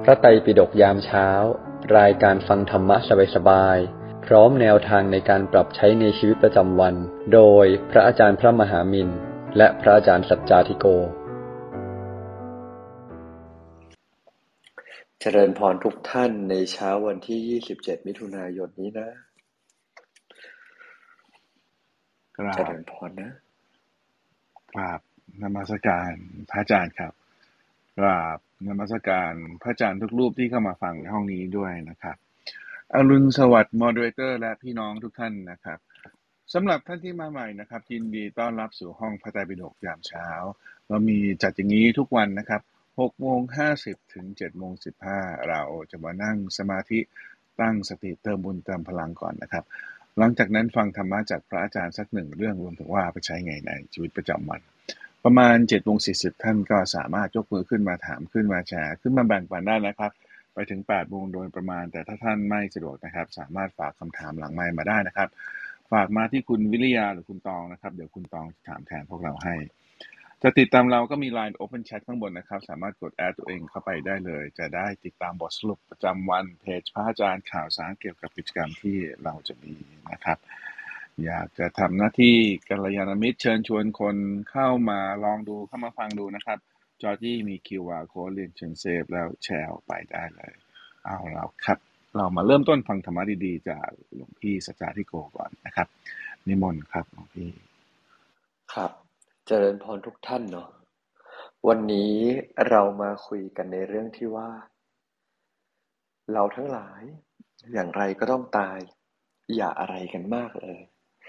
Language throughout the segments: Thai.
ระไตรปิฎกยามเช้ารายการฟังธรรมะสบายๆพร้อมแนวทางในการปรับใช้ในชีวิตประจำวันโดยพระอาจารย์พระมหามินและพระอาจารย์สัจจาธิโกเจริญพรทุกท่านในเช้าวันที่27มิถุนายนนี้นะเจริญพรนะกราบนมัสการพระอาจารย์ครับกราบนมัสการพระอาจารย์ทุกรูปที่เข้ามาฟังในห้องนี้ด้วยนะครับอรุณสวัสดิ์มอดเรเตอร์และพี่น้องทุกท่านนะครับสำหรับท่านที่มาใหม่นะครับยินดีต้อนรับสู่ห้องพระไตรปิฎกยามเช้าเรามีจัดอย่างนี้ทุกวันนะครับ6:50 ถึง 7:15เราจะมานั่งสมาธิตั้งสติเติมบุญเติมพลังก่อนนะครับหลังจากนั้นฟังธรรมะจากพระอาจารย์สักหนึ่งเรื่องรวมถึงว่าไปใช้ไงในชีวิตประจำวันประมาณ 7:40 ท่านก็สามารถยกมือขึ้นมาถามขึ้นมาแชร์ขึ้นมาแบ่งปันได้นะครับไปถึง 8 โมงโดยประมาณแต่ถ้าท่านไม่สะดวกนะครับสามารถฝากคำถามหลังไมค์มาได้นะครับฝากมาที่คุณวิริยาหรือคุณตองนะครับเดี๋ยวคุณตองจะถามแทนพวกเราให้จะติดตามเราก็มี LINE Open Chat ข้างบนนะครับสามารถกดแอดตัวเองเข้าไปได้เลยจะได้ติดตามบทสรุปประจำวันเพจพระอาจารย์ข่าวสารเกี่ยวกับกิจกรรมที่เราจะมีนะครับอยากจะทำหน้าที่กัลยาณมิตรเชิญชวนคนเข้ามาลองดูเข้ามาฟังดูนะครับจอที่มี QR Code เรียนเชิญเซฟแล้วแชร์ออกไปได้เลยเอาแล้วครับเรามาเริ่มต้นฟังธรรมะดีๆจากหลวงพี่สัจจาธิโกก่อนนะครับนิมนต์ครับหลวงพี่ครับเจริญพรทุกท่านเนาะวันนี้เรามาคุยกันในเรื่องที่ว่าเราทั้งหลายอย่างไรก็ต้องตายอย่าอะไรกันมากเลย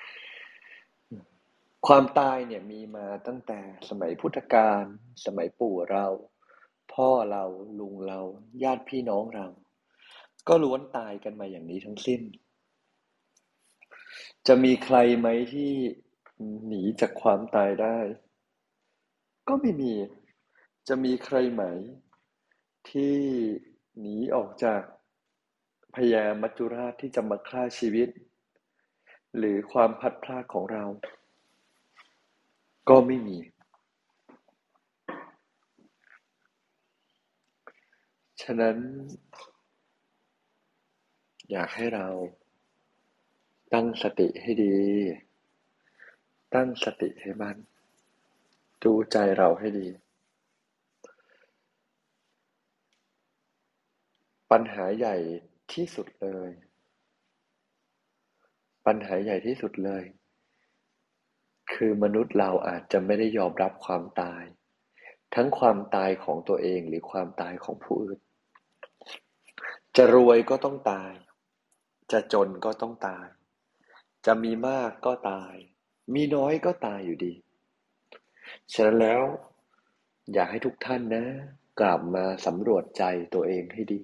ความตายเนี่ยมีมาตั้งแต่สมัยพุทธกาลสมัยปู่เราพ่อเราลุงเราญาติพี่น้องเราก็ล้วนตายกันมาอย่างนี้ทั้งสิ้นจะมีใครไหมที่หนีจากความตายได้ก็ไม่มีจะมีใครไหมที่หนีออกจากพยามัจจุราชที่จะมาฆ่าชีวิตหรือความพลัดพรากของเราก็ไม่มีฉะนั้นอยากให้เราตั้งสติให้ดีตั้งสติให้มั่นดูใจเราให้ดีปัญหาใหญ่ที่สุดเลยปัญหาใหญ่ที่สุดเลยคือมนุษย์เราอาจจะไม่ได้ยอมรับความตายทั้งความตายของตัวเองหรือความตายของผู้อื่นจะรวยก็ต้องตายจะจนก็ต้องตายจะมีมากก็ตายมีน้อยก็ตายอยู่ดีฉะนั้นแล้วอยากให้ทุกท่านนะกลับมาสำรวจใจตัวเองให้ดี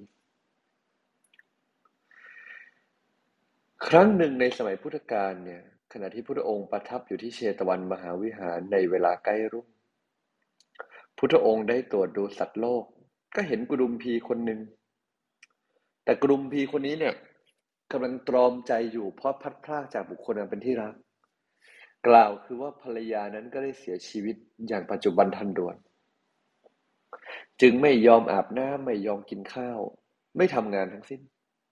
ครั้งหนึ่งในสมัยพุทธกาลเนี่ยขณะที่พุทธองค์ประทับอยู่ที่เชตวันมหาวิหารในเวลาใกล้รุ่งพุทธองค์ได้ตรวจดูสัตว์โลกก็เห็นกุดุมพีคนหนึ่งแต่กุดุมพีคนนี้เนี่ยกำลังตรอมใจอยู่เพราะพลัดพรากจากบุคคลอันเป็นที่รักกล่าวคือว่าภรรยานั้นก็ได้เสียชีวิตอย่างปัจจุบันทันด่วนจึงไม่ยอมอาบน้ำไม่ยอมกินข้าวไม่ทำงานทั้งสิ้น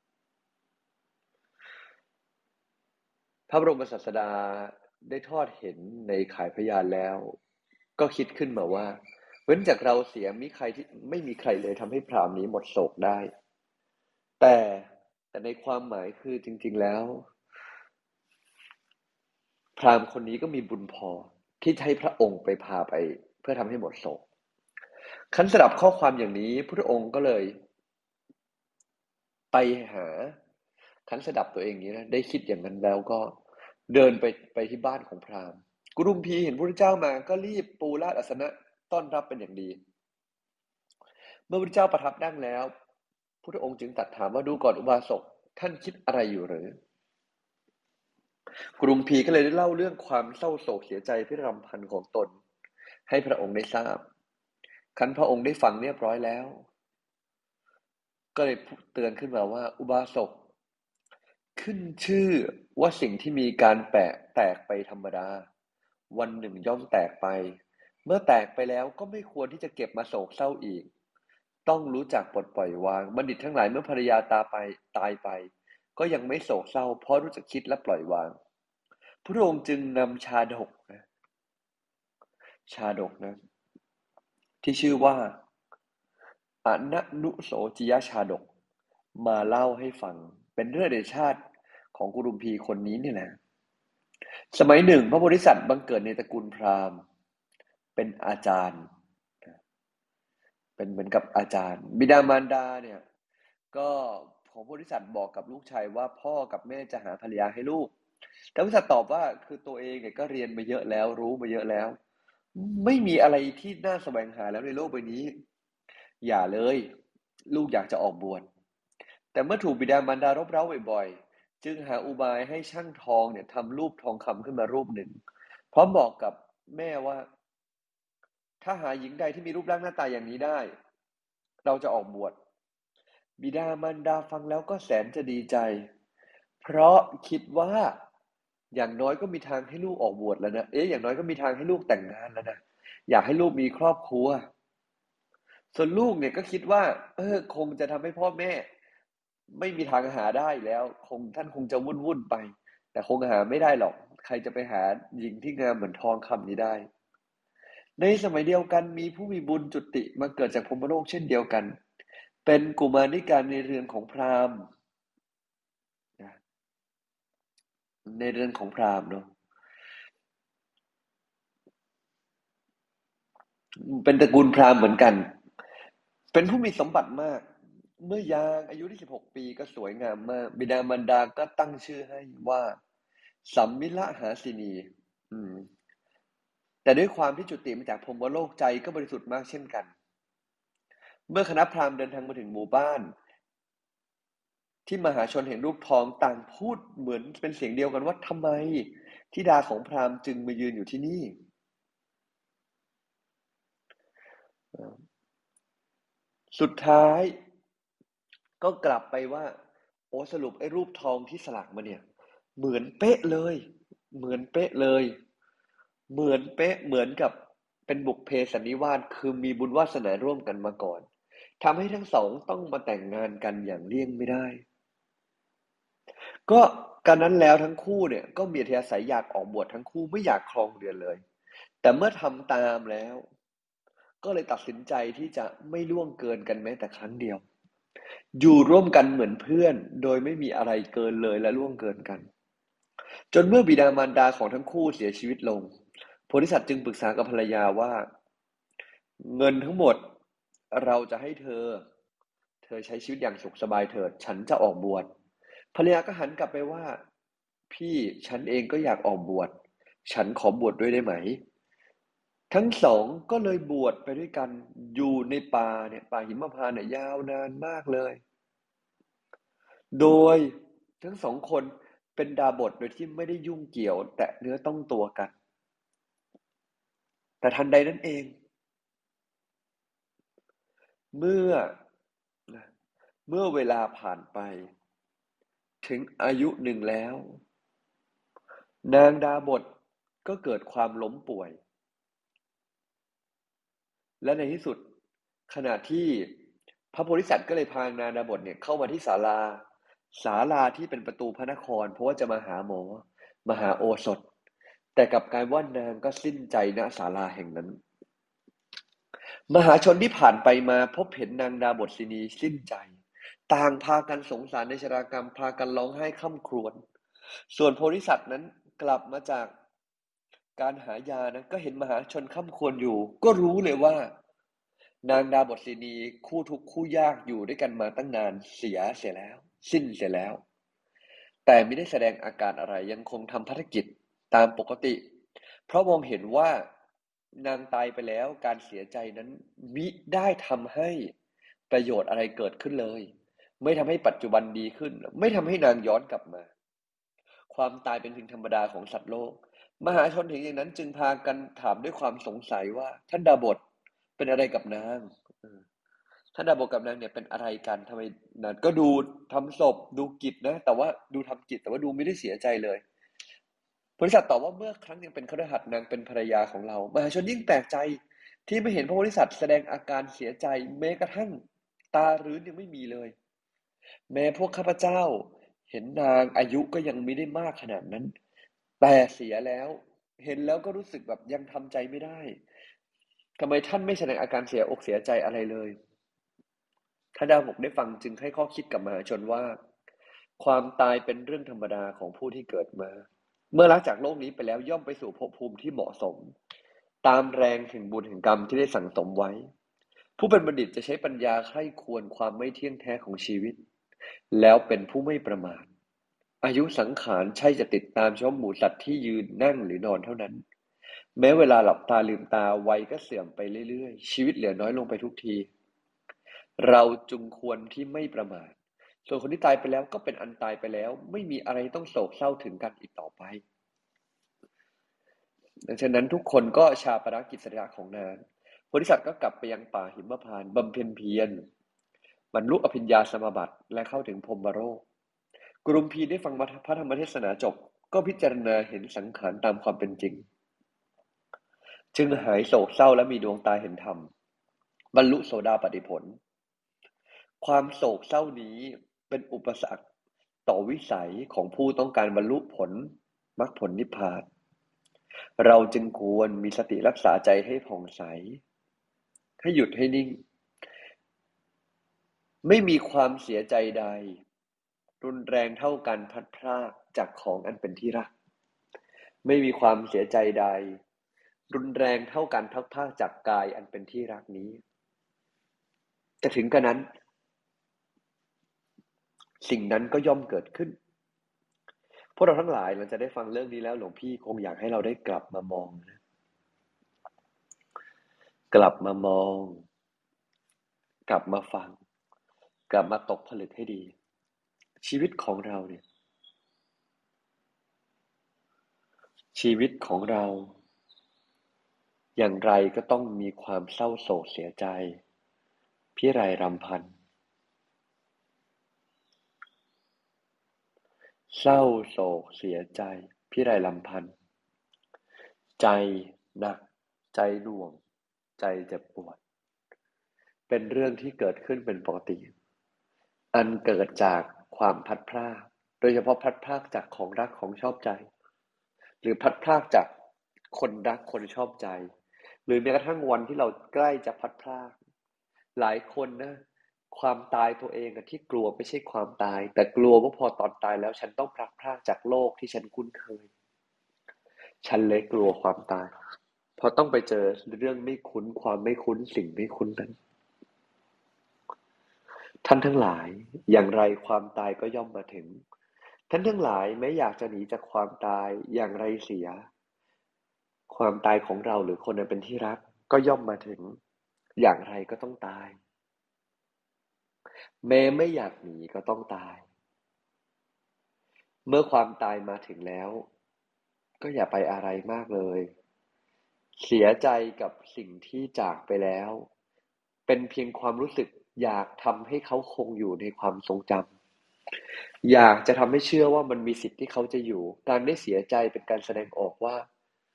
พระบรมศาสดาได้ทอดเห็นในข่ายพยานแล้วก็คิดขึ้นมาว่าเว้นจากเราเสียไม่มีใครเลยทำให้พราหมณ์นี้หมดโศกได้แต่ในความหมายคือจริงๆแล้วพราหมณ์คนนี้ก็มีบุญพอที่จะให้พระองค์ไปพาไปเพื่อทำให้หมดโศกคันสลับข้อความอย่างนี้พระองค์ก็เลยไปหาคันสดับตัวเองอย่างนี้นะได้คิดอย่างนั้นแล้วก็เดินไปที่บ้านของพราหมณ์กุรุมพีเห็นพระพุทธเจ้ามาก็รีบปูลาดอาสนะต้อนรับเป็นอย่างดีเมื่อพระพุทธเจ้าประทับนั่งแล้วพระองค์จึงตรัสถามว่าดูก่อนอุบาสกท่านคิดอะไรอยู่หรือกุรุมพีก็เลยได้เล่าเรื่องความเศร้าโศกเสียใจพิรำพันของตนให้พระองค์ได้ทราบคันพระองค์ได้ฟังเรียบร้อยแล้วก็เลยเตือนขึ้นมาว่าอุบาสกขึ้นชื่อว่าสิ่งที่มีการแตกไปธรรมดาวันหนึ่งย่อมแตกไปเมื่อแตกไปแล้วก็ไม่ควรที่จะเก็บมาโศกเศร้าอีกต้องรู้จักปลดปล่อยวางบัณฑิตทั้งหลายเมื่อภรรยาตายไปก็ยังไม่โศกเศร้าเพราะรู้จักคิดและปล่อยวางพระองค์จึงนำชาดกนะที่ชื่อว่าอนันุโสจิยชาดกมาเล่าให้ฟังเป็นเรื่องในชาติของกุรุมพีคนนี้นี่แหละสมัยหนึ่งพระโพธิสัตว์บังเกิดในตระกูลพราหมณ์เป็นอาจารย์ เป็นเหมือนกับอาจารย์บิดามารดาเนี่ยก็ของโพธิสัตว์บอกกับลูกชายว่าพ่อกับแม่จะหาภรรยาให้ลูกแต่โพธิสัตว์ตอบว่าคือตัวเองเนี่ยก็เรียนมาเยอะแล้วรู้มาเยอะแล้วไม่มีอะไรที่น่าแสวงหาแล้วในโลกใบนี้อย่าเลยลูกอยากจะออกบวชแต่เมื่อถูกบิดามารดารบเร้าบ่อยๆจึงหาอุบายให้ช่างทองเนี่ยทำรูปทองคำขึ้นมารูปหนึ่งพร้อมบอกกับแม่ว่าถ้าหาหญิงใดที่มีรูปร่างหน้าตาอย่างนี้ได้เราจะออกบวช บิดามารดาฟังแล้วก็แสนจะดีใจเพราะคิดว่าอย่างน้อยก็มีทางให้ลูกออกบวชแล้วนะอย่างน้อยก็มีทางให้ลูกแต่งงานแล้วนะอยากให้ลูกมีครอบครัวส่วนลูกเนี่ยก็คิดว่าคงจะทำให้พ่อแม่ไม่มีทางหาได้แล้วท่านคงจะวุ่นไปแต่คงหาไม่ได้หรอกใครจะไปหาหญิงที่งามเหมือนทองคำนี้ได้ในสมัยเดียวกันมีผู้มีบุญจุติมาเกิดจากพรหมโลกเช่นเดียวกันเป็นกุมาริกาในเรือนของพราหมณ์ในเรือนของพราหมณ์เนาะเป็นตระกูลพราหมณ์เหมือนกันเป็นผู้มีสมบัติมากเมื่อยางอายุที่16ปีก็สวยงามมากบิดามารดาก็ตั้งชื่อให้ว่าสัมมิละหาสินีอืมแต่ด้วยความที่จุติมาจากพรหมโลกใจก็บริสุทธิ์มากเช่นกันเมื่อคณะพราหมณ์เดินทางมาถึงหมู่บ้านที่มหาชนเห็นรูปทองต่างพูดเหมือนเป็นเสียงเดียวกันว่าทำไมธิดาของพราหมณ์จึงมายืนอยู่ที่นี่ สุดท้ายก็กลับไปว่าโอ้สรุปไอ้รูปทองที่สลักมาเนี่ยเหมือนเป๊ะเลยเหมือนเป๊ะเลยเหมือนเป๊ะเหมือนกับเป็นบุพเพสันนิวาสคือมีบุญวาสนาร่วมกันมาก่อนทำให้ทั้งสองต้องมาแต่งงานกันอย่างเลี่ยงไม่ได้ก็การนั้นแล้วทั้งคู่เนี่ยก็มีอัธยาศัยอยากออกบวชทั้งคู่ไม่อยากครองเรือนเลยแต่เมื่อทำตามแล้วก็เลยตัดสินใจที่จะไม่ล่วงเกินกันแม้แต่ครั้งเดียว อยู่ร่วมกันเหมือนเพื่อนโดยไม่มีอะไรเกินเลยและล่วงเกินกันจนเมื่อบิดามารดาของทั้งคู่เสียชีวิตลงโพธิสัตว์จึงปรึกษากับภรรยาว่าเงินทั้งหมดเราจะให้เธอใช้ชีวิตอย่างสุขสบายเถิดฉันจะออกบวชภรรยาก็หันกลับไปว่าพี่ฉันเองก็อยากออกบวชฉันขอบวชด้วยได้ไหมทั้งสองก็เลยบวชไปด้วยกันอยู่ในป่าเนี่ยป่าหิมพานต์เนี่ยยาวนานมากเลย โดยทั้งสองคนเป็นดาบทโดยที่ไม่ได้ยุ่งเกี่ยวแตะเนื้อต้องตัวกันแต่ทันใดนั้นเองเมื่อเมื่อเวลาผ่านไปถึงอายุหนึ่งแล้วนางดาบทก็เกิดความล้มป่วยและในที่สุดขณะที่พระโพธิสัตว์ก็เลยพานางดาบทเนี่ยเข้ามาที่ศาลาที่เป็นประตูพระนครเพราะว่าจะมาหาหมอมาหาโอสถแต่กลับกลายว่านางก็สิ้นใจณศาลาแห่งนั้น มหาชนที่ผ่านไปมาพบเห็นนางดาบทสินีสิ้นใจต่างพากันสงสารในชะตากรรมพากันร้องไห้คร่ำครวญส่วนโพธิสัตว์นั้นกลับมาจากการหายานะก็เห็นมหาชนคร่ำครวญอยู่ก็รู้เลยว่านางดาบทสินีคู่ทุกข์คู่ยากอยู่ด้วยกันมาตั้งนานเสียแล้วสิ้นเสียแล้วแต่ไม่ได้แสดงอาการอะไรยังคงทำภารกิจตามปกติเพราะมองเห็นว่านางตายไปแล้วการเสียใจนั้นมิได้ทำให้ประโยชน์อะไรเกิดขึ้นเลยไม่ทำให้ปัจจุบันดีขึ้นไม่ทำให้นางย้อนกลับมาความตายเป็นเพียงธรรมดาของสัตว์โลกมหาชนเห็นอย่างนั้นจึงพากันถามด้วยความสงสัยว่าท่านดาบทเป็นอะไรกับนางเออท่านดาบทกับนางเนี่ยเป็นอะไรกันทำไมนางก็ดูทำศพดูกิจนะแต่ว่าดูทำกิจแต่ว่าดูไม่ได้เสียใจเลย บริษัทตอบว่าเมื่อครั้งยังเป็นคฤหัสถ์นางเป็นภรรยาของเรามหาชนยิ่งแปลกใจที่ไม่เห็นพระโพธิสัตว์แสดงอาการเสียใจแม้กระทั่งตารื้นยังไม่มีเลย แม้พวกข้าพเจ้าเห็นนางอายุก็ยังไม่ได้มากขนาดนั้น แต่เสียแล้ว เห็นแล้วก็รู้สึกแบบยังทำใจไม่ได้ ทำไมท่านไม่แสดงอาการเสียอกเสียใจอะไรเลยท่านดาวบกได้ฟังจึงให้ข้อคิดกับมหาชนว่า ความตายเป็นเรื่องธรรมดาของผู้ที่เกิดมา เมื่อละจากโลกนี้ไปแล้วย่อมไปสู่ภพภูมิที่เหมาะสม ตามแรงแห่งบุญแห่งกรรมที่ได้สั่งสมไว้ ผู้เป็นบัณฑิตจะใช้ปัญญาใคร่ครวญความไม่เที่ยงแท้ของชีวิต แล้วเป็นผู้ไม่ประมาท อายุสังขารใช่จะติดตามเฉพาะหมูสัตว์ที่ยืนนั่งหรือนอนเท่านั้น แม้เวลาหลับตาลืมตาวัยก็เสื่อมไปเรื่อยๆชีวิตเหลือน้อยลงไปทุกที เราจึงควรที่ไม่ประมาท ส่วนคนที่ตายไปแล้วก็เป็นอันตายไปแล้ว ไม่มีอะไรต้องโศกเศร้าถึงกันอีกต่อไป ดังฉะนั้นทุกคนก็ชาปนกิจสรีระของนางโพธิสัตว์ก็กลับไปยังป่าหิมพานต์บำเพ็ญเพียรบรรลุอภิญญาสมาบัติและเข้าถึงพรหมโลกกรุมพีได้ฟังพระธรรมเทศนาจบก็พิจารณาเห็นสังขารตามความเป็นจริงจึงหายโศกเศร้าและมีดวงตาเห็นธรรมบรรลุโสดาปัตติผลความโศกเศร้านี้เป็นอุปสรรคต่อวิสัยของผู้ต้องการบรรลุผลมรรคผลนิพพานเราจึงควรมีสติรักษาใจให้ผ่องใสให้หยุดให้นิ่งไม่มีความเสียใจใดรุนแรงเท่ากันพลัดพรากจากของอันเป็นที่รักไม่มีความเสียใจใดรุนแรงเท่ากันพลัดพรากจากกายอันเป็นที่รักนี้แต่ถึงกระนั้นสิ่งนั้นก็ย่อมเกิดขึ้นพวกเราทั้งหลายหลังจากได้ฟังเรื่องนี้แล้วหลวงพี่คงอยากให้เราได้กลับมามองนะกลับมามองกลับมาฟังกลับมาตกผลึกให้ดีชีวิตของเราเนี่ยชีวิตของเราอย่างไรก็ต้องมีความเศร้าโศกเสียใจพิไรรำพันเศร้าโศกเสียใจพิไรรำพันใจหนักใจหน่วงใจเจ็บปวดเป็นเรื่องที่เกิดขึ้นเป็นปกติอันเกิดจากความพลัดพรากโดยเฉพาะพลัดพรากจากของรักของชอบใจหรือพลัดพรากจากคนรักคนชอบใจหรือแม้กระทั่งวันที่เราใกล้จะพลัดพรากหลายคนนะความตายตัวเองที่กลัวไม่ใช่ความตายแต่กลัวว่าพอตอนตายแล้วฉันต้องพลัดพรากจากโลกที่ฉันคุ้นเคยฉันเลยกลัวความตายเพราะต้องไปเจอเรื่องไม่คุ้นความไม่คุ้นสิ่งไม่คุ้นนั้นท่านทั้งหลายอย่างไรความตายก็ย่อมมาถึงท่านทั้งหลายแม้อยากจะหนีจากความตายอย่างไรเสียความตายของเราหรือคนอันเป็นที่รักก็ย่อมมาถึงอย่างไรก็ต้องตายแม้ไม่อยากหนีก็ต้องตายเมื่อความตายมาถึงแล้วก็อย่าไปอะไรมากเลยเสียใจกับสิ่งที่จากไปแล้วเป็นเพียงความรู้สึกอยากทำให้เขาคงอยู่ในความทรงจำอยากจะทำให้เชื่อว่ามันมีสิทธิ์ที่เขาจะอยู่การได้เสียใจเป็นการแสดงออกว่า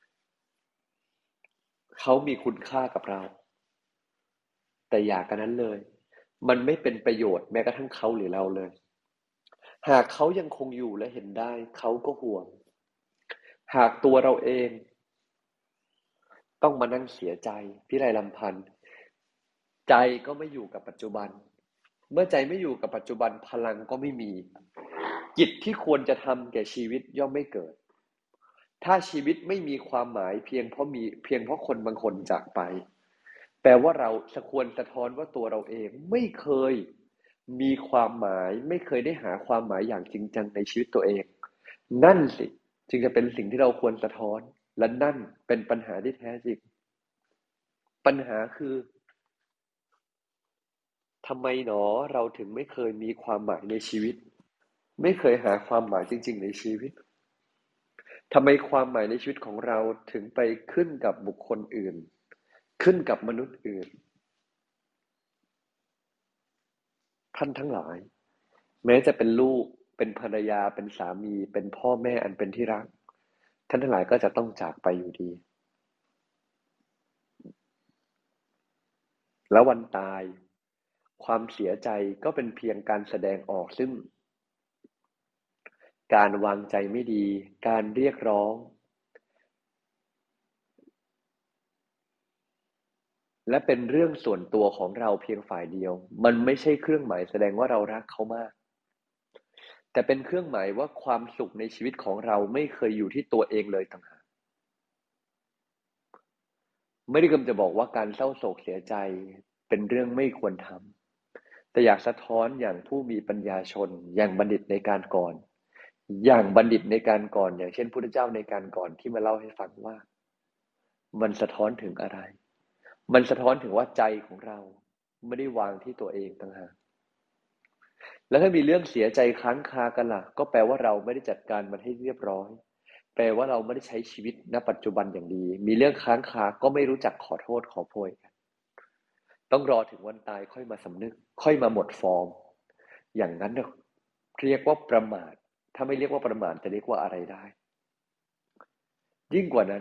เขามีคุณค่ากับเราแต่อย่ากันนั้นเลยมันไม่เป็นประโยชน์แม้กระทั่งเขาหรือเราเลยหากเขายังคงอยู่และเห็นได้เขาก็ห่วงหากตัวเราเองต้องมานั่งเสียใจพิไรลำพันธ์ใจก็ไม่อยู่กับปัจจุบันเมื่อใจไม่อยู่กับปัจจุบันพลังก็ไม่มีกิจที่ควรจะทำแก่ชีวิตย่อมไม่เกิดถ้าชีวิตไม่มีความหมายเพียงเพราะคนบางคนจากไปแปลว่าเราควรสะท้อนว่าตัวเราเองไม่เคยมีความหมายไม่เคยได้หาความหมายอย่างจริงจังในชีวิตตัวเองนั่นสิจึงจะเป็นสิ่งที่เราควรสะท้อนและนั่นเป็นปัญหาที่แท้จริงปัญหาคือทำไมหนอเราถึงไม่เคยมีความหมายในชีวิตไม่เคยหาความหมายจริงๆในชีวิตทำไมความหมายในชีวิตของเราถึงไปขึ้นกับบุคคลอื่นขึ้นกับมนุษย์อื่นท่านทั้งหลายแม้จะเป็นลูกเป็นภรรยาเป็นสามีเป็นพ่อแม่อันเป็นที่รักท่านทั้งหลายก็จะต้องจากไปอยู่ดีแล้ววันตายคความเสียใจก็เป็นเพียงการแสดงออกซึ่งการวางใจไม่ดีการเรียกร้องและเป็นเรื่องส่วนตัวของเราเพียงฝ่ายเดียวมันไม่ใช่เครื่องหมายแสดงว่าเรารักเขามากแต่เป็นเครื่องหมายว่าความสุขในชีวิตของเราไม่เคยอยู่ที่ตัวเองเลยต่างหากไม่ได้กำลังจะบอกว่าการเศร้าโศกเสียใจเป็นเรื่องไม่ควรทำแต่อยากสะท้อนอย่างผู้มีปัญญาชนอย่างบัณฑิตในการก่อนอย่างบัณฑิตในการก่อนอย่างเช่นพุทธเจ้าในการก่อนที่มาเล่าให้ฟังว่ามันสะท้อนถึงอะไรมันสะท้อนถึงว่าใจของเราไม่ได้วางที่ตัวเองต่างหากแล้วถ้ามีเรื่องเสียใจค้างคากันล่ะก็แปลว่าเราไม่ได้จัดการมันให้เรียบร้อยแปลว่าเราไม่ได้ใช้ชีวิตณปัจจุบันอย่างดีมีเรื่องค้างคาก็ไม่รู้จักขอโทษขอโพยกันต้องรอถึงวันตายค่อยมาสำนึกค่อยมาหมดฟอร์มอย่างนั้นเรียกว่าประมาทถ้าไม่เรียกว่าประมาทจะเรียกว่าอะไรได้ยิ่งกว่านั้น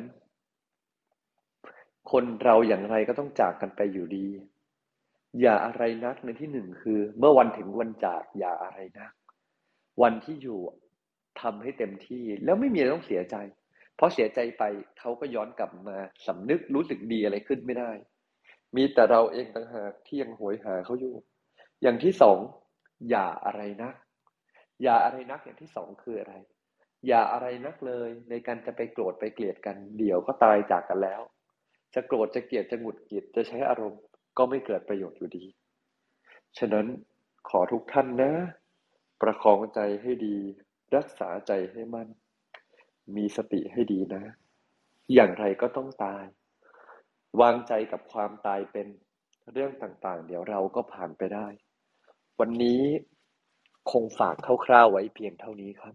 คนเราอย่างไรก็ต้องจากกันไปอยู่ดีอย่าอะไรนักในที่หนึ่งคือเมื่อวันถึงวันจากอย่าอะไรนักวันที่อยู่ทำให้เต็มที่แล้วไม่มีอะไรต้องเสียใจเพราะเสียใจไปเขาก็ย้อนกลับมาสำนึกรู้สึกดีอะไรขึ้นไม่ได้มีแต่เราเองต่างหากที่ยังโหยหาเขาอยู่อย่างที่สองอย่าอะไรนักอย่าอะไรนักอย่างที่สองคืออะไรอย่าอะไรนักเลยในการจะไปโกรธไปเกลียดกันเดี๋ยวก็ตายจากกันแล้วจะโกรธจะเกลียดจะหงุดหงิดจะใช้อารมณ์ก็ไม่เกิดประโยชน์อยู่ดีฉะนั้นขอทุกท่านนะประคองใจให้ดีรักษาใจให้มั่นมีสติให้ดีนะอย่างไรก็ต้องตายวางใจกับความตายเป็นเรื่องต่างๆเดี๋ยวเราก็ผ่านไปได้วันนี้คงฝากคร่าวๆไว้เพียงเท่านี้ครับ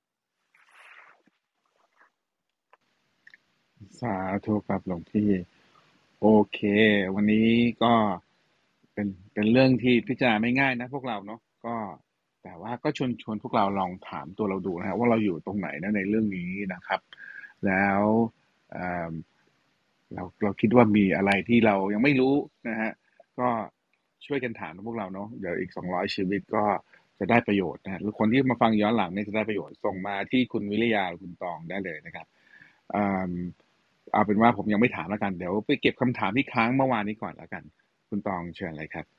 สาธุครับหลวงพี่โอเควันนี้ก็เป็นเรื่องที่พิจารณาไม่ง่ายนะพวกเราเนาะก็แต่ว่าก็ชวนพวกเราลองถามตัวเราดูนะฮะว่าเราอยู่ตรงไหนนะในเรื่องนี้นะครับแล้วเอ่อเราคิดว่ามีอะไรที่เรายังไม่รู้นะฮะก็ช่วยกันถามพวกเราเนาะเดี๋ยวอีก200ชีวิตก็จะได้ประโยชน์นะฮะหรือคนที่มาฟังย้อนหลังเนี่ยจะได้ประโยชน์ส่งมาที่คุณวิริยาหรือคุณตองได้เลยนะครับ อ่าเอาเป็นว่าผมยังไม่ถามแล้วกันเดี๋ยวไปเก็บคำถามที่ค้างเมื่อวานนี้ก่อนแล้วกันคุณตองเชิญเลยครับ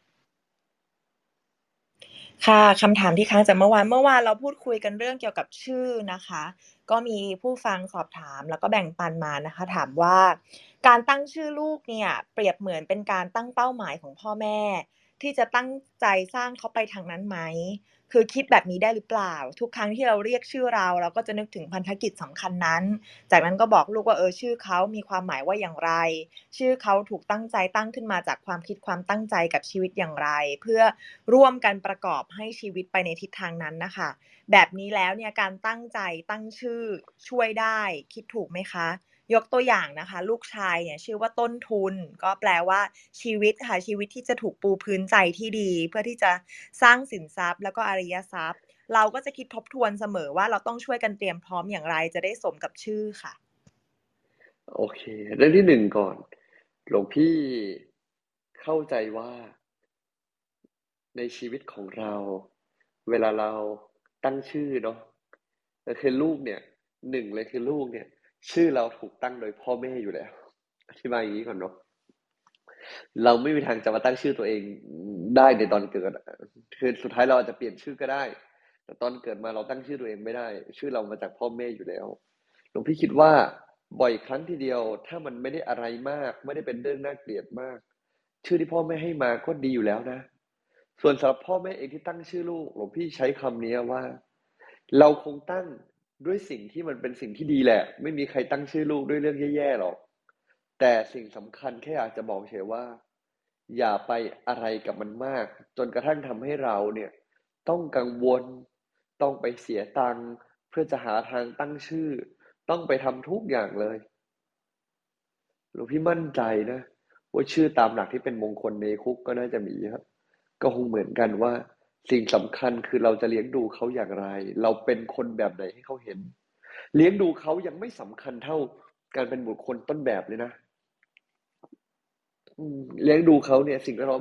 ค่ะคำถามที่ค้างจากเมื่อวานเราพูดคุยกันเรื่องเกี่ยวกับชื่อนะคะก็มีผู้ฟังสอบถามแล้วก็แบ่งปันมานะคะถามว่าการตั้งชื่อลูกเนี่ยเปรียบเหมือนเป็นการตั้งเป้าหมายของพ่อแม่ที่จะตั้งใจสร้างเขาไปทางนั้นไหมคือคิดแบบนี้ได้หรือเปล่าทุกครั้งที่เราเรียกชื่อเราก็จะนึกถึงพันธกิจสำคัญนั้นจากนั้นก็บอกลูกว่าชื่อเขามีความหมายว่าอย่างไรชื่อเขาถูกตั้งใจตั้งขึ้นมาจากความคิดความตั้งใจกับชีวิตอย่างไรเพื่อ ร่วมกันประกอบให้ชีวิตไปในทิศทางนั้นน่ะค่ะแบบนี้แล้วเนี่ยการตั้งใจตั้งชื่อช่วยได้คิดถูกไหมคะยกตัวอย่างนะคะลูกชายเนี่ยชื่อว่าต้นทุนก็แปลว่าชีวิตค่ะชีวิตที่จะถูกปูพื้นใจที่ดีเพื่อที่จะสร้างสินทรัพย์แล้วก็อริยทรัพย์เราก็จะคิดทบทวนเสมอว่าเราต้องช่วยกันเตรียมพร้อมอย่างไรจะได้สมกับชื่อค่ะโอเคเรื่องที่หนึ่งก่อนหลวงพี่เข้าใจว่าในชีวิตของเราเวลาเราตั้งชื่อเนาะก็คือลูกเนี่ยหนึ่งเลยคือลูกเนี่ยชื่อเราถูกตั้งโดยพ่อแม่อยู่แล้วอธิบายอย่างนี้ก่อนเนาะ เราไม่มีทางจะมาตั้งชื่อตัวเองได้ในตอนเกิดคือสุดท้ายเราอาจจะเปลี่ยนชื่อก็ได้แต่ตอนเกิดมาเราตั้งชื่อตัวเองไม่ได้ชื่อเรามาจากพ่อแม่อยู่แล้วหลวงพี่คิดว่าบ่อยครั้งทีเดียวถ้ามันไม่ได้อะไรมากไม่ได้เป็นเรื่องน่าเกลียดมากชื่อที่พ่อแม่ให้มาก็ดีอยู่แล้วนะส่วนสำหรับพ่อแม่เองที่ตั้งชื่อลูกหลวงพี่ใช้คำนี้ว่าเราคงตั้งด้วยสิ่งที่มันเป็นสิ่งที่ดีแหละไม่มีใครตั้งชื่อลูกด้วยเรื่องแย่ๆหรอกแต่สิ่งสำคัญแค่อยากจะบอกเฉยว่า อย่าไปอะไรกับมันมากจนกระทั่งทำให้เราเนี่ยต้องกังวลต้องไปเสียตังค์เพื่อจะหาทางตั้งชื่อต้องไปทำทุกอย่างเลยหลวงพี่มั่นใจนะว่าชื่อตามหลักที่เป็นมงคลในคุกก็น่าจะมีครับก็คงเหมือนกันว่าสิ่งสำคัญคือเราจะเลี้ยงดูเขาอย่างไรเราเป็นคนแบบไหนให้เขาเห็นเลี้ยงดูเขายังไม่สำคัญเท่าการเป็นบุคคลต้นแบบเลยนะ เลี้ยงดูเขาเนี่ยสิ่งแวดล้อม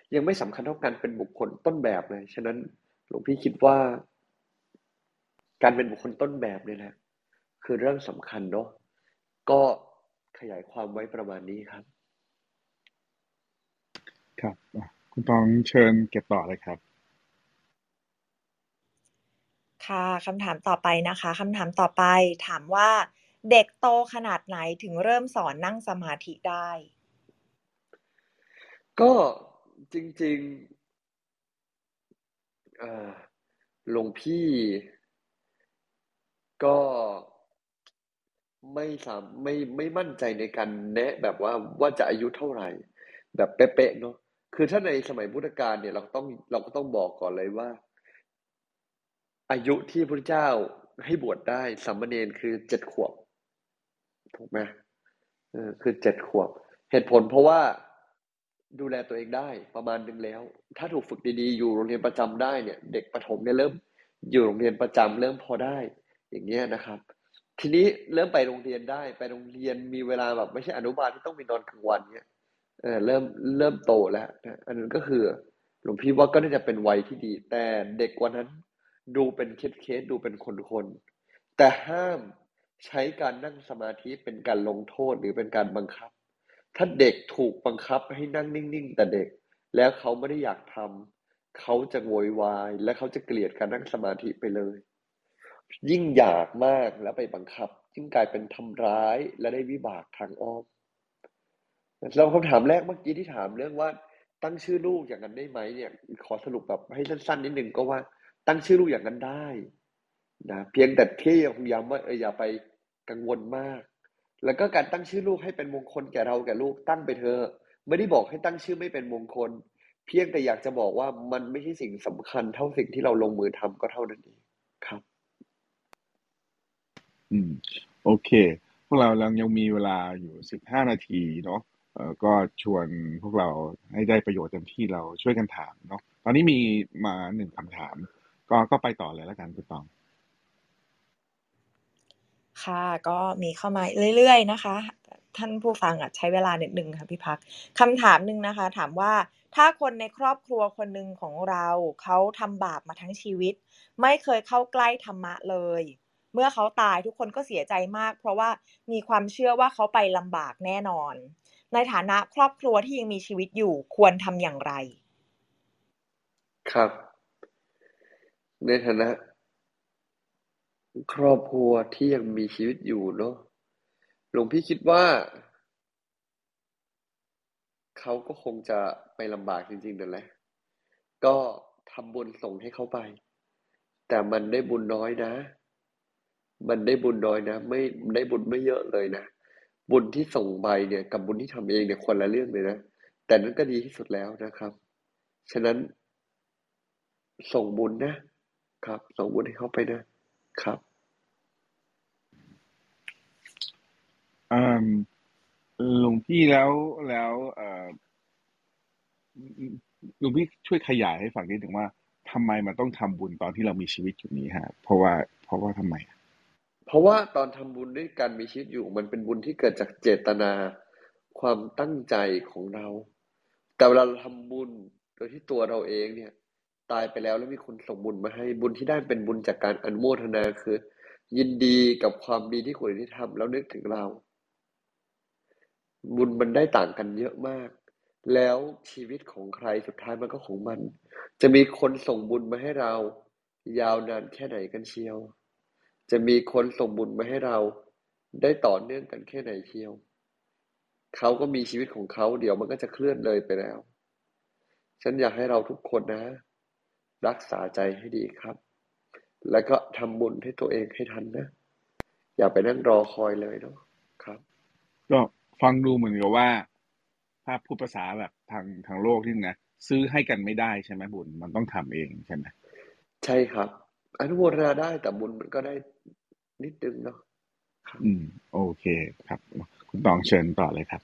ยังไม่สำคัญเท่ากันเป็นบุคคลต้นแบบเลยฉะนั้นหลวงพี่คิดว่าการเป็นบุคคลต้นแบบเนี่ยนะคือเรื่องสำคัญเนาะก็ขยายความไว้ประมาณนี้ครับครับคุณตองเชิญเก็บต่อเลยครับค่ะคำถามต่อไปนะคะคำถามต่อไปถามว่าเด็กโตขนาดไหนถึงเริ่มสอนนั่งสมาธิได้ก็จริงๆหลวงพี่ก็ไม่มั่นใจในการแนะแบบว่าจะอายุเท่าไหร่แบบเป๊ะๆเนาะคือถ้าในสมัยพุทธกาลเนี่ยเราก็ต้องบอกก่อนเลยว่าอายุที่พระเจ้าให้บวชได้สามเณรคือ7 ขวบถูกไหมคือ7 ขวบเหตุผลเพราะว่าดูแลตัวเองได้ประมาณนึงแล้วถ้าถูกฝึกดีๆอยู่โรงเรียนประจำได้เนี่ยเด็กประถมเนี่ยเริ่มอยู่โรงเรียนประจำเริ่มพอได้อย่างเงี้ยนะครับทีนี้เริ่มไปโรงเรียนได้ไปโรงเรียนมีเวลาแบบไม่ใช่อนุบาลที่ต้องมีนอนกลางวันเนี่ยเริ่มโตแล้วนะอันนั้นก็คือหลวงพี่ว่าก็น่าจะเป็นวัยที่ดีแต่เด็กกว่านั้นดูเป็นเคสดูเป็นคนๆแต่ห้ามใช้การนั่งสมาธิเป็นการลงโทษหรือเป็นการบังคับ ถ้าเด็กถูกบังคับให้นั่งนิ่งๆแต่เด็กแล้วเขาไม่ได้อยากทำเขาจะโวยวายและเขาจะเกลียดการนั่งสมาธิไปเลยยิ่งอยากมากแล้วไปบังคับยิ่งกลายเป็นทำร้ายและได้วิบากทางอ้อมเราคำถามแรกเมื่อกี้ที่ถามเรื่องว่าตั้งชื่อลูกอย่างนั้นได้ไหมเนี่ยขอสรุปแบบให้สั้นๆนิดนึงก็ว่าตั้งชื่อลูกอย่างนั้นได้นะเพียงแต่ที่ยังย้ำว่าอย่าไปกังวลมาก แล้วก็การตั้งชื่อลูกให้เป็นมงคลแก่เราแก่ลูกตั้งไปเถอะไม่ได้บอกให้ตั้งชื่อไม่เป็นมงคลเพียงแต่อยากจะบอกว่ามันไม่ใช่สิ่งสำคัญเท่าสิ่งที่เราลงมือทำก็เท่านั้นเองครับอืมโอเคพวกเรายังมีเวลาอยู่15 นาทีเนาะก็ชวนพวกเราให้ได้ประโยชน์เต็มที่เราช่วยกันถามเนาะตอนนี้มีมา1 คำถามก็ไปต่อเลยแล้วกันคุณตองค่ะก็มีเข้ามาเรื่อยๆนะคะท่านผู้ฟังใช้เวลานิดหนึ่งค่ะพี่พักคำถามหนึ่งนะคะถามว่าถ้าคนในครอบครัวคนหนึ่งของเราเขาทำบาปมาทั้งชีวิตไม่เคยเข้าใกล้ธรรมะเลยเมื่อเขาตายทุกคนก็เสียใจมากเพราะว่ามีความเชื่อว่าเขาไปลำบากแน่นอนในฐานะครอบครัวที่ยังมีชีวิตอยู่ควรทำอย่างไรครับในฐานะครอบครัวที่ยังมีชีวิตอยู่เนาะหลวงพี่คิดว่าเขาก็คงจะไปลำบากจริงๆนั่นแหละก็ทำบุญส่งให้เขาไปแต่มันได้บุญน้อยนะ มันได้บุญน้อยนะไม่ได้บุญไม่เยอะเลยนะบุญที่ส่งไปเนี่ยกับบุญที่ทำเองเนี่ยคนละเรื่องเลยนะแต่นั้นก็ดีที่สุดแล้วนะครับฉะนั้นส่งบุญนะครับส่งบุญให้เขาไปนะครับอ่าหลวงพี่แล้วหลวงพี่ช่วยขยายให้ฟังนิดนึงว่าทำไมมันต้องทำบุญตอนที่เรามีชีวิตอยู่นี้ฮะเพราะว่าทำไมเพราะว่าตอนทำบุญด้วยการมีชีวิตอยู่มันเป็นบุญที่เกิดจากเจตนาความตั้งใจของเราแต่เวลาเราทำบุญโดยที่ตัวเราเองเนี่ยตายไปแล้วมีคนส่งบุญมาให้บุญที่ได้เป็นบุญจากการอนุโมทนาคือยินดีกับความดีที่คนอื่นที่ทำแล้วนึกถึงเรา บุญมันได้ต่างกันเยอะมาก แล้วชีวิตของใครสุดท้ายมันก็ของมัน จะมีคนส่งบุญมาให้เรายาวนานแค่ไหนกันเชียว จะมีคนส่งบุญมาให้เราได้ต่อเนื่องกันแค่ไหนเชียว เขาก็มีชีวิตของเขาเดี๋ยวมันก็จะเคลื่อนเลยไปแล้ว ฉันอยากให้เราทุกคนรักษาใจให้ดีครับ แล้วก็ทำบุญให้ตัวเองให้ทันนะอย่าไปนั่งรอคอยเลยเนาะครับก็ฟังดูเหมือนกับว่าถ้าพูดภาษาแบบทางโลกนี่นะซื้อให้กันไม่ได้ใช่ไหมบุญมันต้องทำเองใช่ไหมใช่ครับอนุโมทนาได้แต่บุญมันก็ได้นิดนึงเนาะครับอืมโอเคครับคุณตองเชิญต่อเลยครับ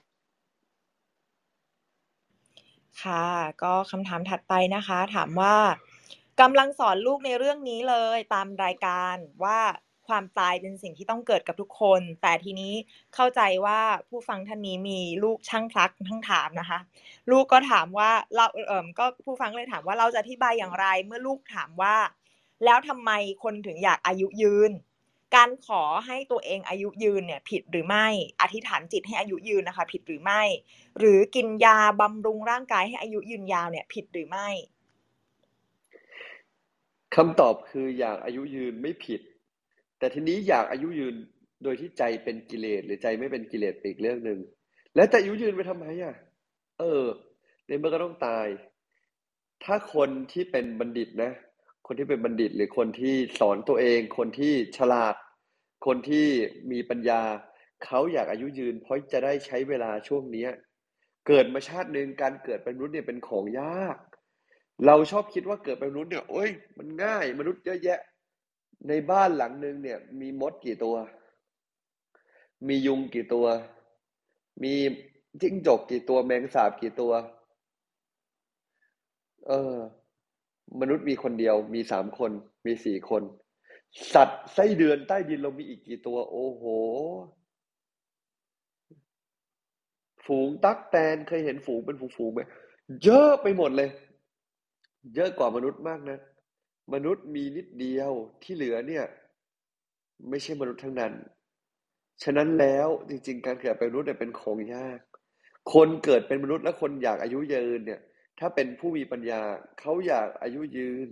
ค่ะก็คำถามถัดไปนะคะถามว่ากำลังสอนลูกในเรื่องนี้เลยตามรายการว่าความตายเป็นสิ่งที่ต้องเกิดกับทุกคน แต่ทีนี้เข้าใจว่าผู้ฟังท่านนี้มีลูกช่างซักช่างถามนะคะ ลูกก็ถามว่าเราก็ผู้ฟังเลยถามว่าเราจะอธิบายอย่างไรเมื่อลูกถามว่าแล้วทำไมคนถึงอยากอายุยืน การขอให้ตัวเองอายุยืนเนี่ยผิดหรือไม่อธิษฐานจิตให้อายุยืนนะคะผิดหรือไม่หรือกินยาบำรุงร่างกายให้อายุยืนยาวเนี่ยผิดหรือไม่คำตอบคืออยากอายุยืนไม่ผิดแต่ทีนี้อยากอายุยืนโดยที่ใจเป็นกิเลสหรือใจไม่เป็นกิเลสเป็นอีกเรื่องนึงแล้วจะอายุยืนไปทำไมอ่ะในเมื่อก็ต้องตายถ้าคนที่เป็นบัณฑิตนะคนที่เป็นบัณฑิตหรือคนที่สอนตัวเองคนที่ฉลาดคนที่มีปัญญาเขาอยากอายุยืนเพราะจะได้ใช้เวลาช่วงนี้เกิดมาชาตินึงการเกิดเป็นมนุษย์เนี่ยเป็นของยากเราชอบคิดว่าเกิดเป็นมนุษย์เนี่ยโอ๊ยมันง่ายมนุษย์เยอะแยะในบ้านหลังนึงเนี่ยมีมดกี่ตัวมียุงกี่ตัวมีจิ้งจกกี่ตัวแมงสาบกี่ตัวมนุษย์มีคนเดียวมี3 คนมี4 คนสัตว์ไส้เดือนใต้ดินเรามีอีกกี่ตัวโอ้โหฝูงตั๊กแตนเคยเห็นฝูงเป็นฝูงๆไหมเยอะไปหมดเลยเยอะกว่ามนุษย์มากนะมนุษย์มีนิดเดียวที่เหลือเนี่ยไม่ใช่มนุษย์ทั้งนั้นฉะนั้นแล้วจริงๆการเกิดเป็นมนุษย์เนี่ยเป็นของยากคนเกิดเป็นมนุษย์และคนอยากอายุยืนเนี่ยถ้าเป็นผู้มีปัญญาเขาอยากอายุยืน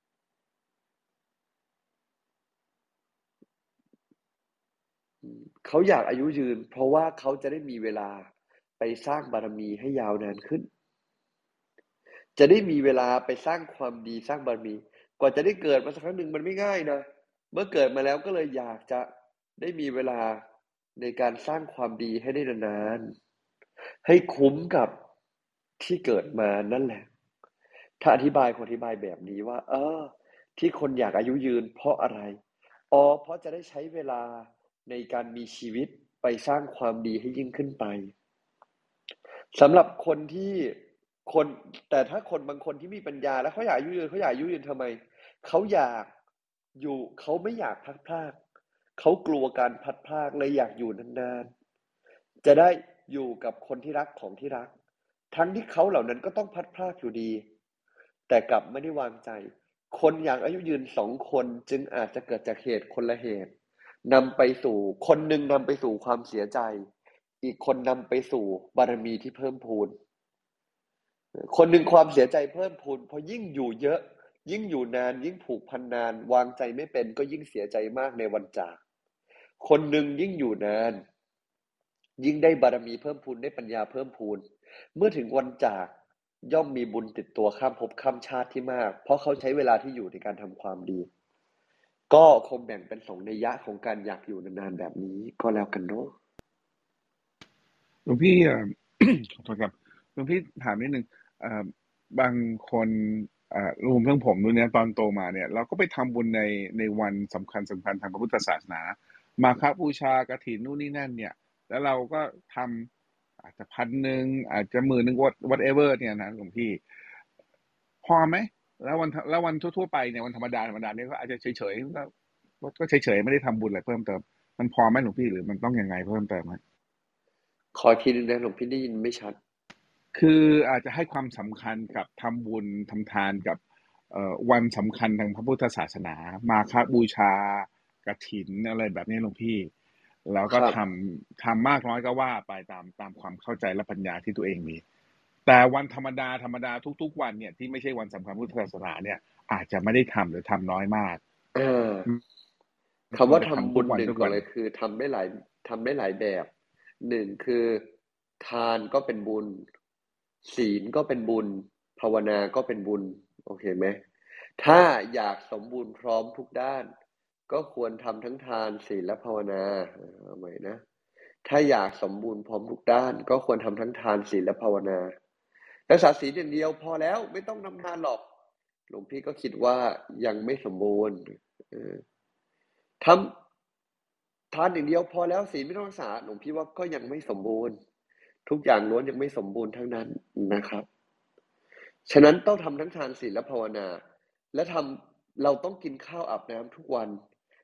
เขาอยากอายุยืนเพราะว่าเขาจะได้มีเวลาไปสร้างบารมีให้ยาวนานขึ้นจะได้มีเวลาไปสร้างความดีสร้างบารมีกว่าจะได้เกิดมาสักครั้งหนึ่งมันไม่ง่ายนะเมื่อเกิดมาแล้วก็เลยอยากจะได้มีเวลาในการสร้างความดีให้ได้นานๆให้คุ้มกับที่เกิดมานั่นแหละถ้าอธิบายแบบนี้ว่าที่คนอยากอายุยืนเพราะอะไรเพราะจะได้ใช้เวลาในการมีชีวิตไปสร้างความดีให้ยิ่งขึ้นไปสำหรับคนที่คนแต่ถ้าคนบางคนที่มีปัญญาแล้วเขาอยากอายุยืนเขาอยากอายุยืนทำไมเขาอยากอยู่เขาไม่อยากพลัดพรากเขากลัวการพลัดพรากเลยอยากอยู่นานๆจะได้อยู่กับคนที่รักของที่รักทั้งที่เขาเหล่านั้นก็ต้องพลัดพรากอยู่ดีแต่กลับไม่ได้วางใจคนอยากอายุยืน2 คนจึงอาจจะเกิดจากเหตุคนละเหตุนำไปสู่คนหนึ่งนำไปสู่ความเสียใจอีกคนนำไปสู่บารมีที่เพิ่มพูนคนหนึ่งความเสียใจเพิ่มพูนเพราะยิ่งอยู่เยอะยิ่งอยู่นานยิ่งผูกพันนานวางใจไม่เป็นก็ยิ่งเสียใจมากในวันจากคนหนึ่งยิ่งอยู่นานยิ่งได้บารมีเพิ่มพูนได้ปัญญาเพิ่มพูนเมื่อถึงวันจากย่อมมีบุญติดตัวข้ามภพข้ามชาติที่มากเพราะเขาใช้เวลาที่อยู่ในการทำความดีก็คงแบ่งเป็น2 นัยยะของการอยากอยู่นานๆแบบนี้ก็แล้วกันเนาะหลวงพี่ขอโทษครับหลวงพี่ถามนิดนึงบางคนรวมทั้งผมด้วยเนี่ยตอนโตมาเนี่ยเราก็ไปทำบุญในวันสำคัญทางพระพุทธศาสนามาฆบูชากฐินนู่นนี่นั่นเนี่ยแล้วเราก็ทำอาจจะ1,000อาจจะ10,000 whatever เนี่ยนะหลวงพี่พอไหมแล้ววันทั่วๆไปเนี่ยวันธรรมดาเนี่ยก็อาจจะเฉยๆก็เฉยๆไม่ได้ทำบุญอะไรเพิ่มเติมมันพอไหมหลวงพี่หรือมันต้องยังไงเพิ่มเติมไหมขออีกทีนึงนะหลวงพี่ได้ยินไม่ชัดคืออาจจะให้ความสำคัญกับทำบุญทำทานกับวันสำคัญทางพระพุทธศาสนามาฆบูชากฐินอะไรแบบนี้หลวงพี่แล้วก็ครับทำมากน้อยก็ว่าไปตามความเข้าใจและปัญญาที่ตัวเองมีแต่วันธรรมดาทุกๆวันเนี่ยที่ไม่ใช่วันสำคัญพุทธศาสนาเนี่ยอาจจะไม่ได้ทำหรือทำน้อยมากอามันควรคำว่าจะทำทุกทำบุญวันทุกวันหนึ่งก่อนเลยคือทำได้หลายแบบ1คือทานก็เป็นบุญศีลก็เป็นบุญภาวนาก็เป็นบุญโอเคไหมถ้าอยากสมบูรณ์พร้อมทุกด้านก็ควรทำทั้งทานศีลและภาวนาเอาใหม่นะถ้าอยากสมบูรณ์พร้อมทุกด้านก็ควรทำทั้งทานศีลและภาวนารักษาศีลอย่างเดียวพอแล้วไม่ต้องทำทานหรอกหลวงพี่ก็คิดว่ายังไม่สมบูรณ์ทำทานอย่างเดียวพอแล้วศีลไม่ต้องรักษาหลวงพี่ว่าก็ยังไม่สมบูรณ์ทุกอย่างล้วนยังไม่สมบูรณ์ทั้งนั้นนะครับฉะนั้นต้องทำทั้งทานศีลและภาวนาและเราต้องกินข้าวอาบน้ำทุกวัน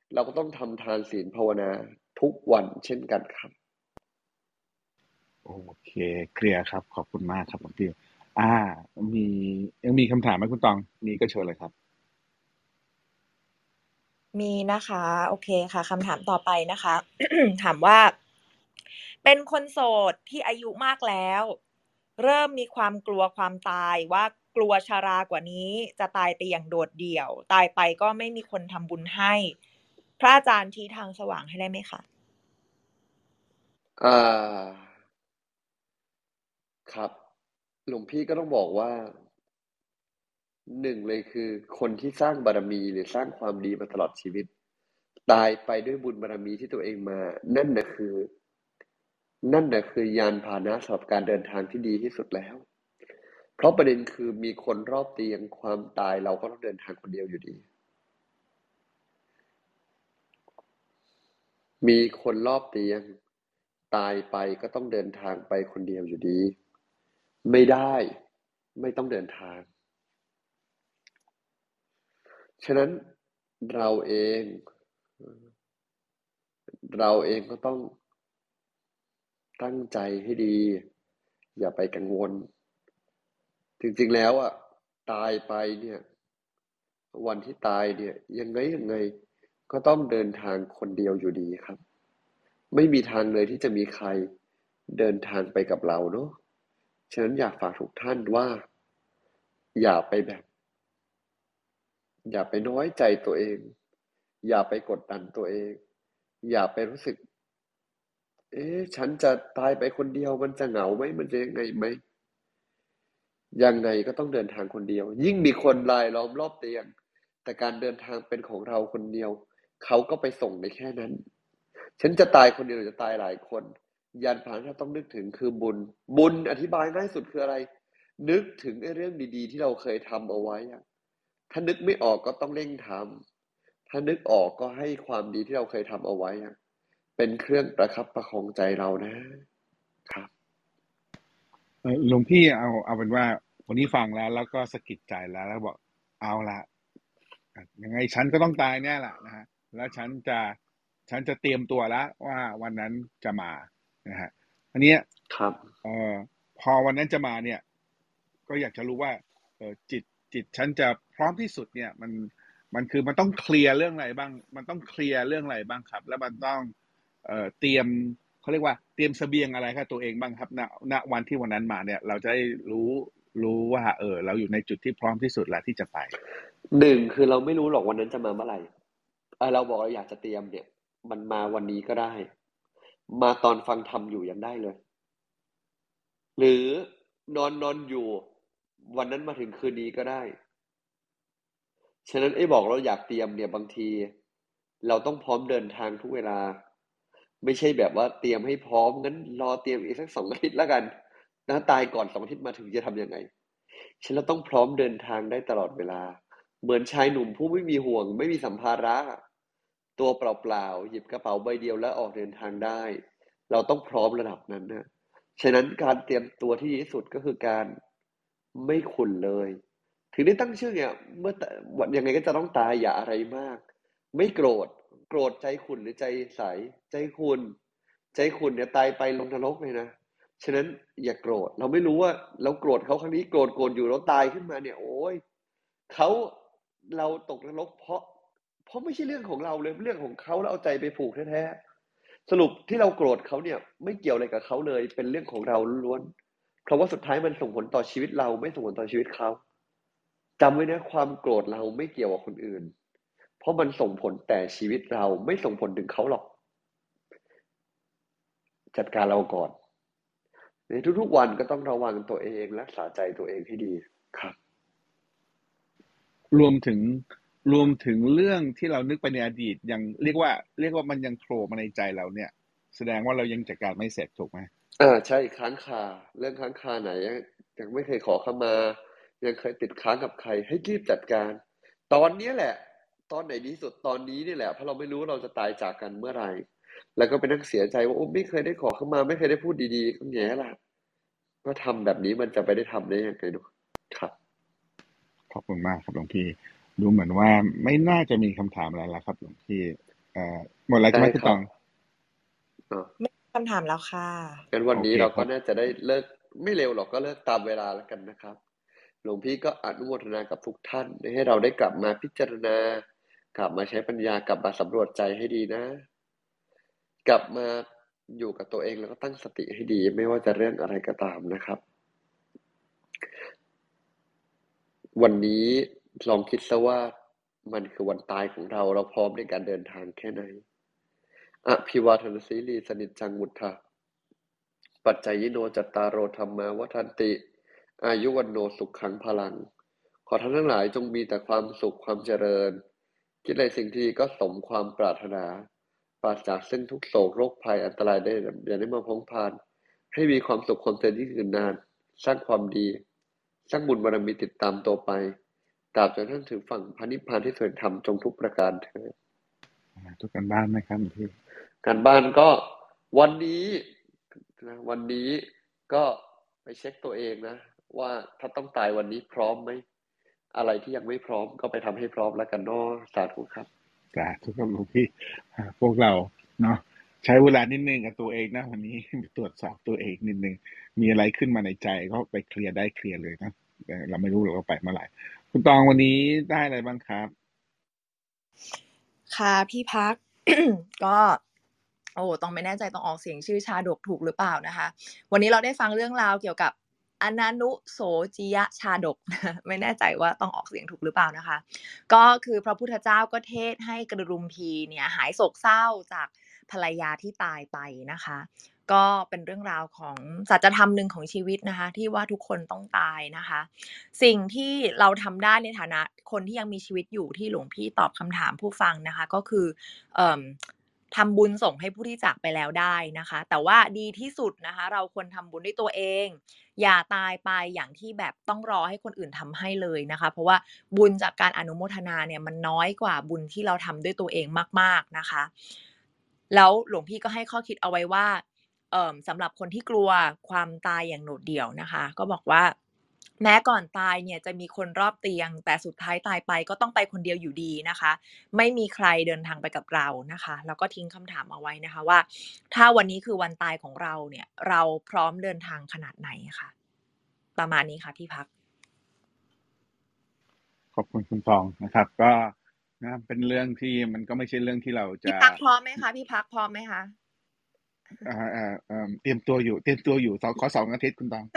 เราก็ต้องทำทานศีลภาวนาทุกวันเช่นกันครับโอเคเคลียร์ครับขอบคุณมากครับหลวงพี่อ่ามียังมีคำถามไหมคุณตองมีก็เชิญเลยครับมีนะคะโอเคค่ะคำถามต่อไปนะคะ ถามว่า เป็นคนโสดที่อายุมากแล้ว เริ่มมีความกลัวความตายว่ากลัวชรากว่านี้จะตายไปอย่างโดดเดี่ยว ตายไปก็ไม่มีคนทำบุญให้ พระอาจารย์ชี้ทางสว่างให้ได้ไหมคะอ่าครับหลวงพี่ก็ต้องบอกว่าหนึ่งเลยคือคนที่สร้างบารมีหรือสร้างความดีมาตลอดชีวิตตายไปด้วยบุญบารมีที่ตัวเองมานั่นน่ะคือยานพาหนะสำหรับการเดินทางที่ดีที่สุดแล้วเพราะประเด็นคือมีคนรอบเตียงความตายเราก็ต้องเดินทางคนเดียวอยู่ดีมีคนรอบเตียงตายไปก็ต้องเดินทางไปคนเดียวอยู่ดีไม่ได้ไม่ต้องเดินทาง ฉะนั้นเราเองเราเองก็ต้องตั้งใจให้ดีอย่าไปกังวลจริงๆแล้วอ่ะตายไปเนี่ยวันที่ตายเนี่ยยังไงก็ต้องเดินทางคนเดียวอยู่ดีครับไม่มีทางเลยที่จะมีใครเดินทางไปกับเราเนาะฉะนั้นอยากฝากทุกท่านว่าอย่าไปแบบอย่าไปน้อยใจตัวเองอย่าไปกดดันตัวเองอย่าไปรู้สึก ฉันจะตายไปคนเดียวมันจะเหงาไหมมันจะยังไงไหมยังไงก็ต้องเดินทางคนเดียวยิ่งมีคนรายล้อมรอบเตียงแต่การเดินทางเป็นของเราคนเดียวเขาก็ไปส่งในแค่นั้นฉันจะตายคนเดียวหรือจะตายหลายคนยานพาหนะที่เราต้องนึกถึงคือบุญอธิบายง่ายสุดคืออะไรนึกถึงไอ้เรื่องดีๆที่เราเคยทำเอาไว้อะถ้านึกไม่ออกก็ต้องเร่งทำถ้านึกออกก็ให้ความดีที่เราเคยทำเอาไว้อะเป็นเครื่องประคับประคองใจเรานะครับหลวงพี่เอาเป็นว่าวันนี้ฟังแล้วก็สะกิดใจแล้วบอกเอาละยังไงฉันก็ต้องตายแน่แหละนะฮะแล้วฉันจะเตรียมตัวแล้วว่าวันนั้นจะมานะฮะอันเนี้ยครับเอ่อพอวันนั้นจะมาเนี่ยก็อยากจะรู้ว่าจิตฉันจะพร้อมที่สุดเนี่ยมันต้องเคลียร์เรื่องอะไรบ้างมันต้องเคลียร์เรื่องอะไรบ้างครับแล้วมันต้องเตรียมเขาเรียกว่าเตรียมเสบียงอะไรครับตัวเองบ้างครับณวันที่วันนั้นมาเนี่ยเราจะได้รู้ว่าเราอยู่ในจุดที่พร้อมที่สุดแล้วที่จะไปหนึ่งคือเราไม่รู้หรอกวันนั้นจะมาเมื่อไหร่เราบอกเราอยากจะเตรียมเนี่ยมันมาวันนี้ก็ได้มาตอนฟังธรรมอยู่ยังได้เลยหรือนอนอยู่วันนั้นมาถึงคืนนี้ก็ได้ฉะนั้นบอกเราอยากเตรียมเนี่ยบางทีเราต้องพร้อมเดินทางทุกเวลาไม่ใช่แบบว่าเตรียมให้พร้อมงั้นรอเตรียมอีกสัก2 อาทิตย์แล้วกันนะตายก่อน2 อาทิตย์มาถึงจะทำยังไงฉันเราต้องพร้อมเดินทางได้ตลอดเวลาเหมือนชายหนุ่มผู้ไม่มีห่วงไม่มีสัมภาระตัวเปล่าๆหยิบกระเป๋าใบเดียวแล้วออกเดินทางได้เราต้องพร้อมระดับนั้นนะฉะนั้นการเตรียมตัวที่ดีที่สุดก็คือการไม่ขุ่นเลยถึงได้ตั้งชื่อเนี่ยเมื่อวันยังไงก็จะต้องตายอย่าอะไรมากไม่โกรธใจขุ่นหรือใจใสใจขุ่นใจขุ่นเนี่ยตายไปลงนรกเลยนะ ฉะนั้นอย่าโกรธเราไม่รู้ว่าเราโกรธเขาครั้งนี้โกรธอยู่เราตายขึ้นมาเนี่ยโอ้ยเขาเราตกนรกเพราะไม่ใช่เรื่องของเราเลยเรื่องของเขาแล้วเอาใจไปผูกแท้ๆสรุปที่เราโกรธเขาเนี่ยไม่เกี่ยวอะไรกับเขาเลยเป็นเรื่องของเราล้วนเพราะว่าสุดท้ายมันส่งผลต่อชีวิตเราไม่ส่งผลต่อชีวิตเขาจำไว้นะความโกรธเราไม่เกี่ยวกับคนอื่นเพราะมันส่งผลแต่ชีวิตเราไม่ส่งผลถึงเขาหรอกจัดการเราก่อน ในทุกๆวันก็ต้องระวังตัวเองรักษาใจตัวเองให้ดีครับรวมถึงรวมถึงเรื่องที่เรานึกไปในอดีตยังเรียกว่ามันยังโผล่มาในใจเราเนี่ยแสดงว่าเรายังจัดการไม่เสร็จถูกไหมใช่ค้างคาเรื่องค้างคาไหนยังไม่เคยขอขมายังเคยติดค้างกับใครให้รีบจัดการตอนนี้แหละตอนไหนดีสุดตอนนี้นี่แหละเพราะเราไม่รู้ว่าเราจะตายจากกันเมื่อไหร่แล้วก็ไปนั่งเสียใจว่าโอ้ไม่เคยได้ขอขมาไม่เคยได้พูดดีๆก็แง่ละก็ทำแบบนี้มันจะไปได้ทำได้ยังไงดูครับขอบคุณมากครับหลวงพี่ดูเหมือนว่าไม่น่าจะมีคำถามอะไรแล้วครับหลวงพี่หมดแล้วใช่ได้ไหมคุณตองครับอ่ะไม่มีคำถามแล้วค่ะงั้นวันโอเคนี้เราครับก็น่าจะได้เลิกไม่เร็วหรอกก็เลิกตามเวลาแล้วกันนะครับหลวงพี่ก็อนุโมทนากับทุกท่านให้เราได้กลับมาพิจารณากลับมาใช้ปัญญากลับมาสำรวจใจให้ดีนะ กลับมาอยู่กับตัวเองแล้วก็ตั้งสติให้ดีไม่ว่าจะเรื่องอะไรก็ตามนะครับวันนี้ลองคิดซะว่ามันคือวันตายของเราเราพร้อมในการเดินทางแค่ไหนอภิวาทนาสีลีสนิจจังวุฒะปัจจยิโนจัตตารโอธรรมาวัฏันติอายุวันโนสุขขังพลังขอท่านทั้งหลายจงมีแต่ความสุขความเจริญคิดในสิ่งที่ดีก็สมความปรารถนาปราศจากซึ่งทุกโศกโรคภัยอันตรายได้อย่าได้มาพ้องพานให้มีความสุขความเจริญยิ่งยืนนานสร้างความดีสร้างบุญบารมีติดตามตัวไปตราบจนท่านถึงฝั่งพระนิพพานที่สวยธรรมจงทุกประการเถิดทุกกันบ้านไหมครับพี่การบ้านก็วันนี้วันนี้ก็ไปเช็คตัวเองนะว่าถ้าต้องตายวันนี้พร้อมไหมอะไรที่ยังไม่พร้อมก็ไปทำให้พร้อมแล้วกันเนาะสาธุครับทุกคนรู้พี่พวกเราเนาะใช้เวลานิดนึงกับตัวเองนะวันนี้ตรวจสอบตัวเองนิดนึงมีอะไรขึ้นมาในใจก็ไปเคลียร์ได้เคลียร์เลยนะแต่เราไม่รู้หรอกว่าไปเมื่อไหร่คุณตองวันนี้ได้อะไรบ้างครับค่ะพี่พัก ก็ต้องไม่แน่ใจต้องออกเสียงชื่อชาดกถูกหรือเปล่านะคะวันนี้เราได้ฟังเรื่องราวเกี่ยวกับอนานุโสจิยชาดก ไม่แน่ใจว่าต้องออกเสียงถูกหรือเปล่านะคะก็คือพระพุทธเจ้าก็เทศให้กรุมพีเนี่ยหายโศกเศร้าจากภรรยาที่ตายไปนะคะก็เป็นเรื่องราวของสัจธรรมหนึ่งของชีวิตนะคะที่ว่าทุกคนต้องตายนะคะสิ่งที่เราทำได้ในฐานะคนที่ยังมีชีวิตอยู่ที่หลวงพี่ตอบคำถามผู้ฟังนะคะก็คือทำบุญส่งให้ผู้ที่จากไปแล้วได้นะคะแต่ว่าดีที่สุดนะคะเราควรทำบุญด้วยตัวเองอย่าตายไปอย่างที่แบบต้องรอให้คนอื่นทำให้เลยนะคะเพราะว่าบุญจากการอนุโมทนาเนี่ยมันน้อยกว่าบุญที่เราทำด้วยตัวเองมากๆนะคะแล้วหลวงพี่ก็ให้ข้อคิดเอาไว้ว่าสำหรับคนที่กลัวความตายอย่างโดดเดี่ยวนะคะก็บอกว่าแม้ก่อนตายเนี่ยจะมีคนรอบเตียงแต่สุดท้ายตายไปก็ต้องไปคนเดียวอยู่ดีนะคะไม่มีใครเดินทางไปกับเรานะคะแล้วก็ทิ้งคำถามเอาไว้นะคะว่าถ้าวันนี้คือวันตายของเราเนี่ยเราพร้อมเดินทางขนาดไหนคะประมาณนี้ค่ะพี่พักขอบคุณคุณตองนะครับก็นะเป็นเรื่องที่มันก็ไม่ใช่เรื่องที่เราพี่จะพักพร้อมไหมคะพี่พักพร้อมไหมคะเตรียมตัวอยู่ขอ2 อาทิตย์คุณตอง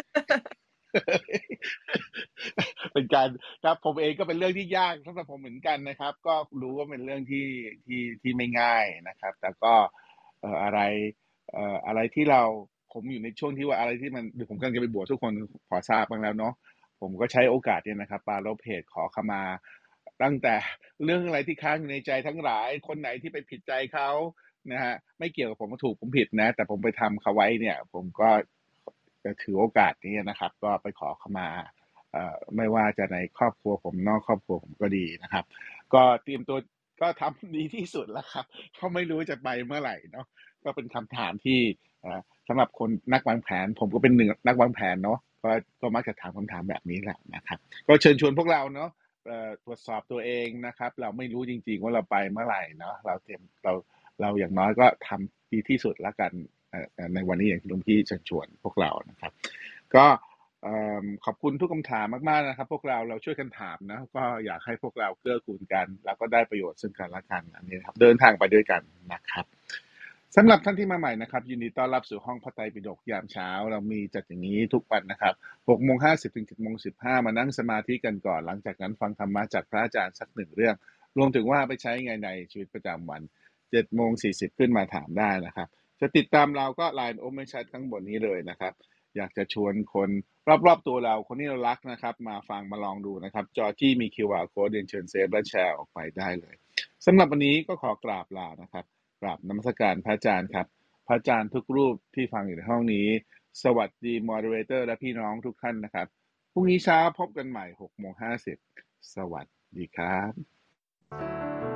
เป็นการครับผมเองก็เป็นเรื่องที่ยากสำหรับผมเหมือนกันนะครับก็รู้ว่าเป็นเรื่องที่ไม่ง่ายนะครับแต่ก็อะไรอะไรที่ผมอยู่ในช่วงที่ว่าอะไรที่มันเดี๋ยวผมกำลังจะไปบวชทุกคนพอทราบบ้างแล้วเนาะผมก็ใช้โอกาสเนี่ยนะครับปาลบเพจขอขมาตั้งแต่เรื่องอะไรที่ค้างอยู่ในใจทั้งหลายคนไหนที่ไปผิดใจเขานะฮะไม่เกี่ยวกับผมว่าถูกผมผิดนะแต่ผมไปทำเขาไว้เนี่ยผมก็ถือโอกาสนี้นะครับก็ไปขอขมา ไม่ว่าจะในครอบครัวผมนอกครอบครัวผมก็ดีนะครับก็เตรียมตัวก็ทำดีที่สุดแล้วครับเขาไม่รู้จะไปเมื่อไหร่เนาะก็เป็นคำถามที่สำหรับคนนักวางแผนผมก็เป็นหนึ่งนักวางแผนเนาะก็มักจะถามคำถามแบบนี้แหละนะครับก็เชิญชวนพวกเราเนาะตรวจสอบตัวเองนะครับเราไม่รู้จริงๆว่าเราไปเมื่อไหร่เนาะเราอย่างน้อยก็ทำดีที่สุดแล้วกันในวันนี้อย่างที่หลวงพี่เชิญชวนพวกเรานะครับก็ขอบคุณทุกคำถามมากๆนะครับพวกเราช่วยกันถามนะก็อยากให้พวกเราเกื้อกูลกันแล้วก็ได้ประโยชน์ซึ่งกันและกันอันนี้นะครับเดินทางไปด้วยกันนะครับสำหรับท่านที่มาใหม่นะครับยินดีต้อนรับสู่ห้องพระไตรปิฎกยามเช้าเรามีจัดอย่างนี้ทุกวันนะครับ6:50 ถึง 7:15มานั่งสมาธิกันก่อนหลังจากนั้นฟังธรรมะจากพระอาจารย์สักหนึ่งเรื่องรวมถึงว่าไปใช้ไงในชีวิตประจำวัน7:40ขึ้นมาถามได้นะครับจะติดตามเราก็ LINE Open Chat ข้างบนนี้เลยนะครับอยากจะชวนคนรอบๆตัวเราคนที่เรารักนะครับมาฟังมาลองดูนะครับจอจี้มี QR Code เรียนเชิญเซฟและแชร์ออกไปได้เลยสำหรับวันนี้ก็ขอกราบลานะครับกราบนมัสการพระอาจารย์ครับพระอาจารย์ทุกรูปที่ฟังอยู่ในห้องนี้สวัสดีมอดเรเตอร์และพี่น้องทุกท่านนะครับพรุ่งนี้เช้าพบกันใหม่6:50สวัสดีครับ